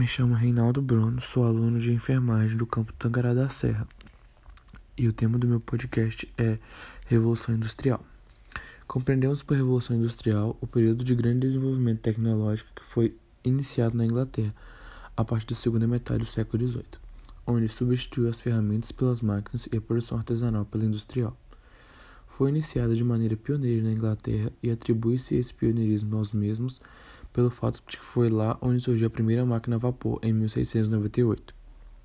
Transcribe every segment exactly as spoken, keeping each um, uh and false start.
Me chamo Reinaldo Bruno, sou aluno de enfermagem do campo Tangará da Serra e o tema do meu podcast é Revolução Industrial. Compreendemos por Revolução Industrial o período de grande desenvolvimento tecnológico que foi iniciado na Inglaterra a partir da segunda metade do século dezoito, onde substituiu as ferramentas pelas máquinas e a produção artesanal pela industrial. Foi iniciada de maneira pioneira na Inglaterra e atribui-se esse pioneirismo aos mesmos pelo fato de que foi lá onde surgiu a primeira máquina a vapor, em mil seiscentos e noventa e oito.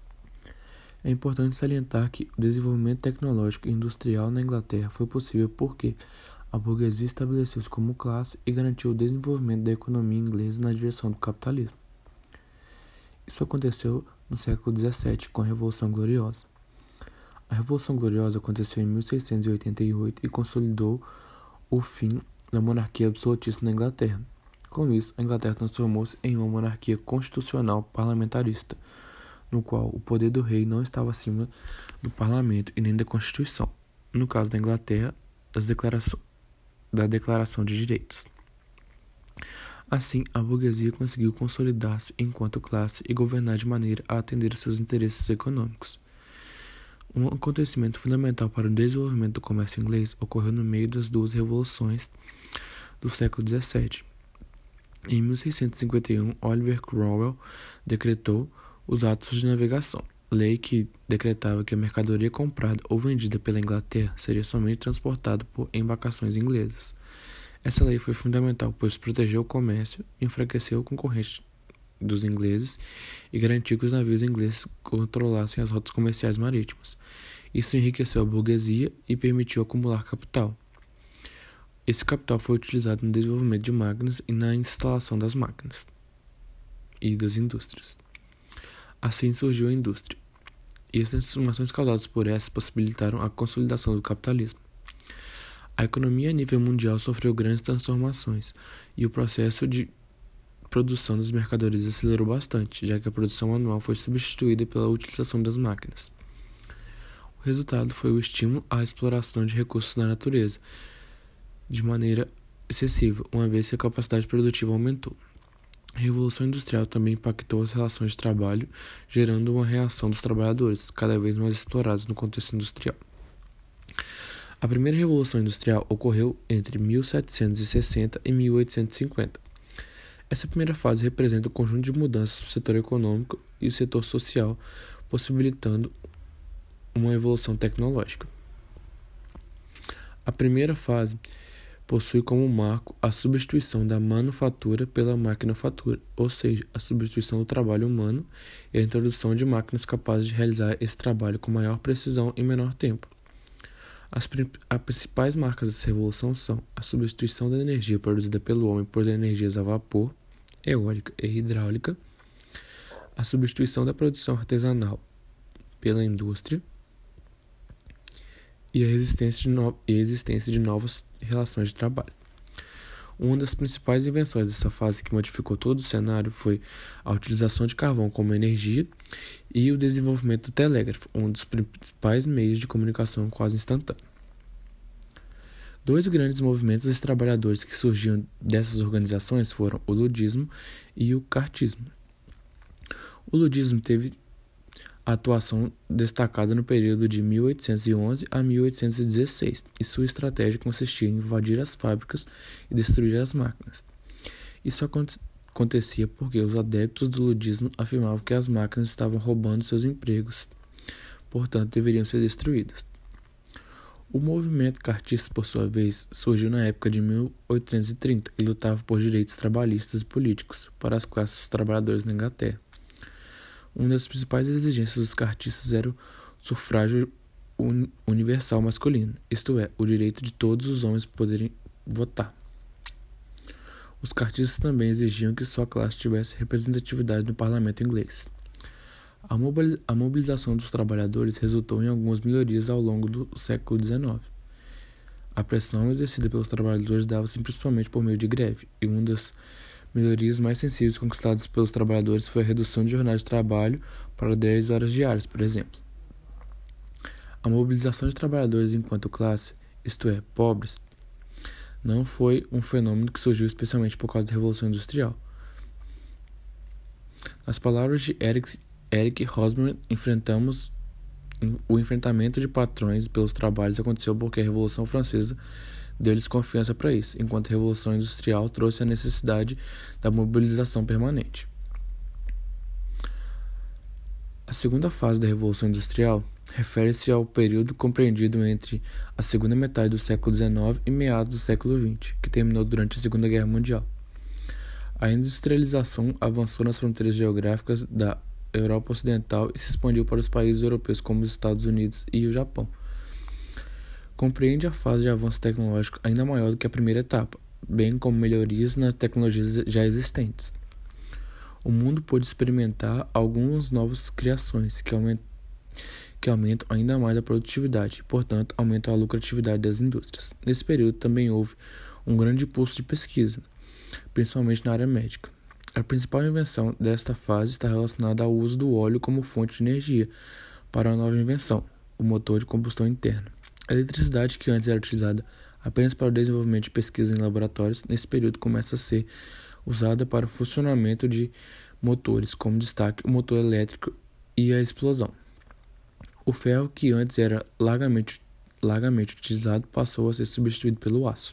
É importante salientar que o desenvolvimento tecnológico e industrial na Inglaterra foi possível porque a burguesia estabeleceu-se como classe e garantiu o desenvolvimento da economia inglesa na direção do capitalismo. Isso aconteceu no século dezessete, com a Revolução Gloriosa. A Revolução Gloriosa aconteceu em mil seiscentos e oitenta e oito e consolidou o fim da monarquia absolutista na Inglaterra. Com isso, a Inglaterra transformou-se em uma monarquia constitucional parlamentarista, no qual o poder do rei não estava acima do parlamento e nem da Constituição, no caso da Inglaterra, das declarações, da Declaração de Direitos. Assim, a burguesia conseguiu consolidar-se enquanto classe e governar de maneira a atender aos seus interesses econômicos. Um acontecimento fundamental para o desenvolvimento do comércio inglês ocorreu no meio das duas revoluções do século dezessete. Em mil seiscentos e cinquenta e um, Oliver Cromwell decretou os Atos de Navegação, lei que decretava que a mercadoria comprada ou vendida pela Inglaterra seria somente transportada por embarcações inglesas. Essa lei foi fundamental, pois protegeu o comércio, enfraqueceu o concorrente dos ingleses e garantiu que os navios ingleses controlassem as rotas comerciais marítimas. Isso enriqueceu a burguesia e permitiu acumular capital. Esse capital foi utilizado no desenvolvimento de máquinas e na instalação das máquinas e das indústrias. Assim surgiu a indústria, e as transformações causadas por essas possibilitaram a consolidação do capitalismo. A economia a nível mundial sofreu grandes transformações, e o processo de produção das mercadorias acelerou bastante, já que a produção manual foi substituída pela utilização das máquinas. O resultado foi o estímulo à exploração de recursos da natureza, de maneira excessiva, uma vez que a capacidade produtiva aumentou. A Revolução Industrial também impactou as relações de trabalho, gerando uma reação dos trabalhadores, cada vez mais explorados no contexto industrial. A primeira Revolução Industrial ocorreu entre mil setecentos e sessenta e mil oitocentos e cinquenta. Essa primeira fase representa o conjunto de mudanças no setor econômico e o setor social, possibilitando uma evolução tecnológica. A primeira fase possui como marco a substituição da manufatura pela maquinofatura, ou seja, a substituição do trabalho humano e a introdução de máquinas capazes de realizar esse trabalho com maior precisão e menor tempo. As, as principais marcas dessa revolução são a substituição da energia produzida pelo homem por energias a vapor, eólica e hidráulica, a substituição da produção artesanal pela indústria e a existência de, no... e a existência de novas relações de trabalho. Uma das principais invenções dessa fase que modificou todo o cenário foi a utilização de carvão como energia e o desenvolvimento do telégrafo, um dos principais meios de comunicação quase instantâneo. Dois grandes movimentos dos trabalhadores que surgiam dessas organizações foram o ludismo e o cartismo. O ludismo teve a atuação destacada no período de mil oitocentos e onze a mil oitocentos e dezesseis, e sua estratégia consistia em invadir as fábricas e destruir as máquinas. Isso acontecia porque os adeptos do ludismo afirmavam que as máquinas estavam roubando seus empregos, portanto deveriam ser destruídas. O movimento cartista, por sua vez, surgiu na época de mil oitocentos e trinta e lutava por direitos trabalhistas e políticos para as classes dos trabalhadores na Inglaterra. Uma das principais exigências dos cartistas era o sufrágio universal masculino, isto é, o direito de todos os homens poderem votar. Os cartistas também exigiam que sua classe tivesse representatividade no parlamento inglês. A mobilização dos trabalhadores resultou em algumas melhorias ao longo do século dezenove. A pressão exercida pelos trabalhadores dava-se principalmente por meio de greve, e uma das melhorias mais sensíveis conquistadas pelos trabalhadores foi a redução de jornada de trabalho para dez horas diárias, por exemplo. A mobilização de trabalhadores enquanto classe, isto é, pobres, não foi um fenômeno que surgiu especialmente por causa da Revolução Industrial. Nas palavras de Eric, Eric Hobsbawm, enfrentamos o enfrentamento de patrões pelos trabalhos aconteceu porque a Revolução Francesa deu-lhes confiança para isso, enquanto a Revolução Industrial trouxe a necessidade da mobilização permanente. A segunda fase da Revolução Industrial refere-se ao período compreendido entre a segunda metade do século dezenove e meados do século vinte, que terminou durante a Segunda Guerra Mundial. A industrialização avançou nas fronteiras geográficas da Europa Ocidental e se expandiu para os países europeus como os Estados Unidos e o Japão. Compreende a fase de avanço tecnológico ainda maior do que a primeira etapa, bem como melhorias nas tecnologias já existentes. O mundo pôde experimentar algumas novas criações que aumentam, que aumentam ainda mais a produtividade e, portanto, aumentam a lucratividade das indústrias. Nesse período também houve um grande impulso de pesquisa, principalmente na área médica. A principal invenção desta fase está relacionada ao uso do óleo como fonte de energia para uma nova invenção, o motor de combustão interna. A eletricidade, que antes era utilizada apenas para o desenvolvimento de pesquisas em laboratórios, nesse período começa a ser usada para o funcionamento de motores, como destaque o motor elétrico e a explosão. O ferro, que antes era largamente, largamente utilizado, passou a ser substituído pelo aço.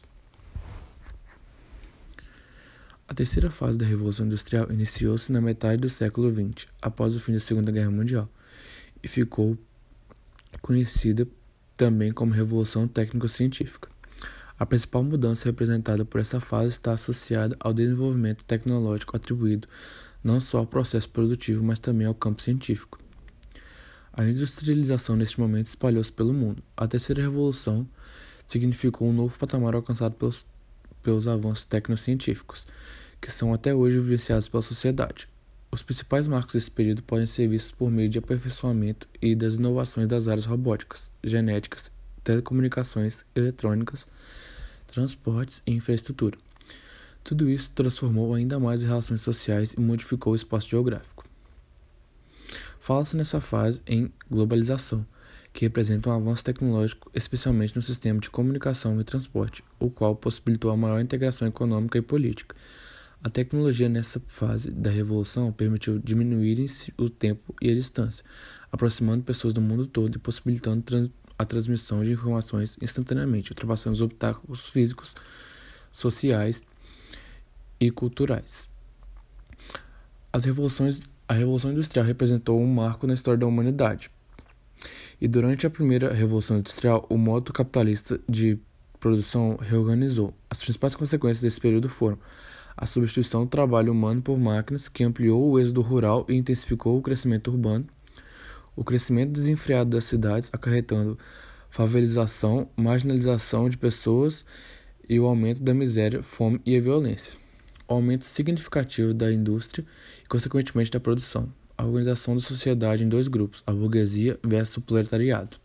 A terceira fase da Revolução Industrial iniciou-se na metade do século vinte, após o fim da Segunda Guerra Mundial, e ficou conhecida também como Revolução Técnico-Científica. A principal mudança representada por essa fase está associada ao desenvolvimento tecnológico atribuído não só ao processo produtivo, mas também ao campo científico. A industrialização neste momento espalhou-se pelo mundo. A terceira revolução significou um novo patamar alcançado pelos, pelos avanços tecnocientíficos, que são até hoje vivenciados pela sociedade. Os principais marcos desse período podem ser vistos por meio de aperfeiçoamento e das inovações das áreas robóticas, genéticas, telecomunicações, eletrônicas, transportes e infraestrutura. Tudo isso transformou ainda mais as relações sociais e modificou o espaço geográfico. Fala-se nessa fase em globalização, que representa um avanço tecnológico, especialmente no sistema de comunicação e transporte, o qual possibilitou a maior integração econômica e política. A tecnologia nessa fase da revolução permitiu diminuir-se o tempo e a distância, aproximando pessoas do mundo todo e possibilitando trans- a transmissão de informações instantaneamente, ultrapassando os obstáculos físicos, sociais e culturais. As revoluções, a Revolução Industrial representou um marco na história da humanidade. E durante a primeira Revolução Industrial, o modo capitalista de produção reorganizou. As principais consequências desse período foram a substituição do trabalho humano por máquinas, que ampliou o êxodo rural e intensificou o crescimento urbano, o crescimento desenfreado das cidades, acarretando favelização, marginalização de pessoas e o aumento da miséria, fome e a violência, o aumento significativo da indústria e, consequentemente, da produção, a organização da sociedade em dois grupos, a burguesia versus o proletariado.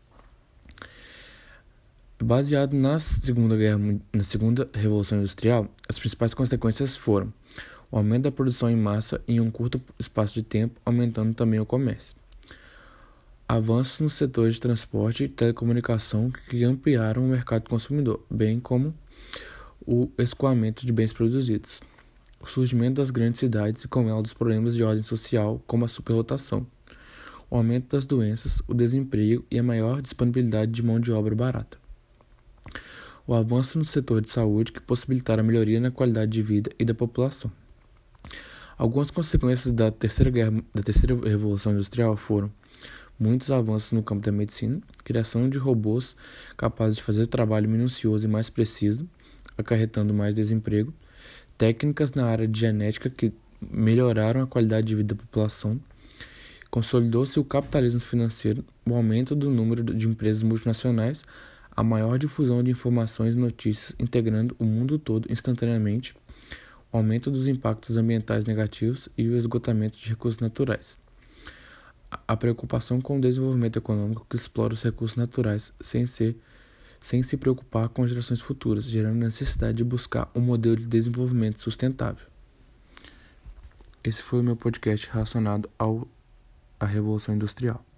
Baseado na segunda, guerra, na segunda Revolução Industrial, as principais consequências foram o aumento da produção em massa em um curto espaço de tempo, aumentando também o comércio. Avanços nos setores de transporte e telecomunicação que ampliaram o mercado consumidor, bem como o escoamento de bens produzidos. O surgimento das grandes cidades e com elas dos problemas de ordem social, como a superlotação, o aumento das doenças, o desemprego e a maior disponibilidade de mão de obra barata. O avanço no setor de saúde que possibilitaram a melhoria na qualidade de vida e da população. Algumas consequências da terceira, guerra, da terceira Revolução Industrial foram muitos avanços no campo da medicina, criação de robôs capazes de fazer o trabalho minucioso e mais preciso, acarretando mais desemprego, técnicas na área de genética que melhoraram a qualidade de vida da população, consolidou-se o capitalismo financeiro, o aumento do número de empresas multinacionais, a maior difusão de informações e notícias integrando o mundo todo instantaneamente, o aumento dos impactos ambientais negativos e o esgotamento de recursos naturais. A preocupação com o desenvolvimento econômico que explora os recursos naturais sem, ser, sem se preocupar com gerações futuras, gerando a necessidade de buscar um modelo de desenvolvimento sustentável. Esse foi o meu podcast relacionado ao, à Revolução Industrial.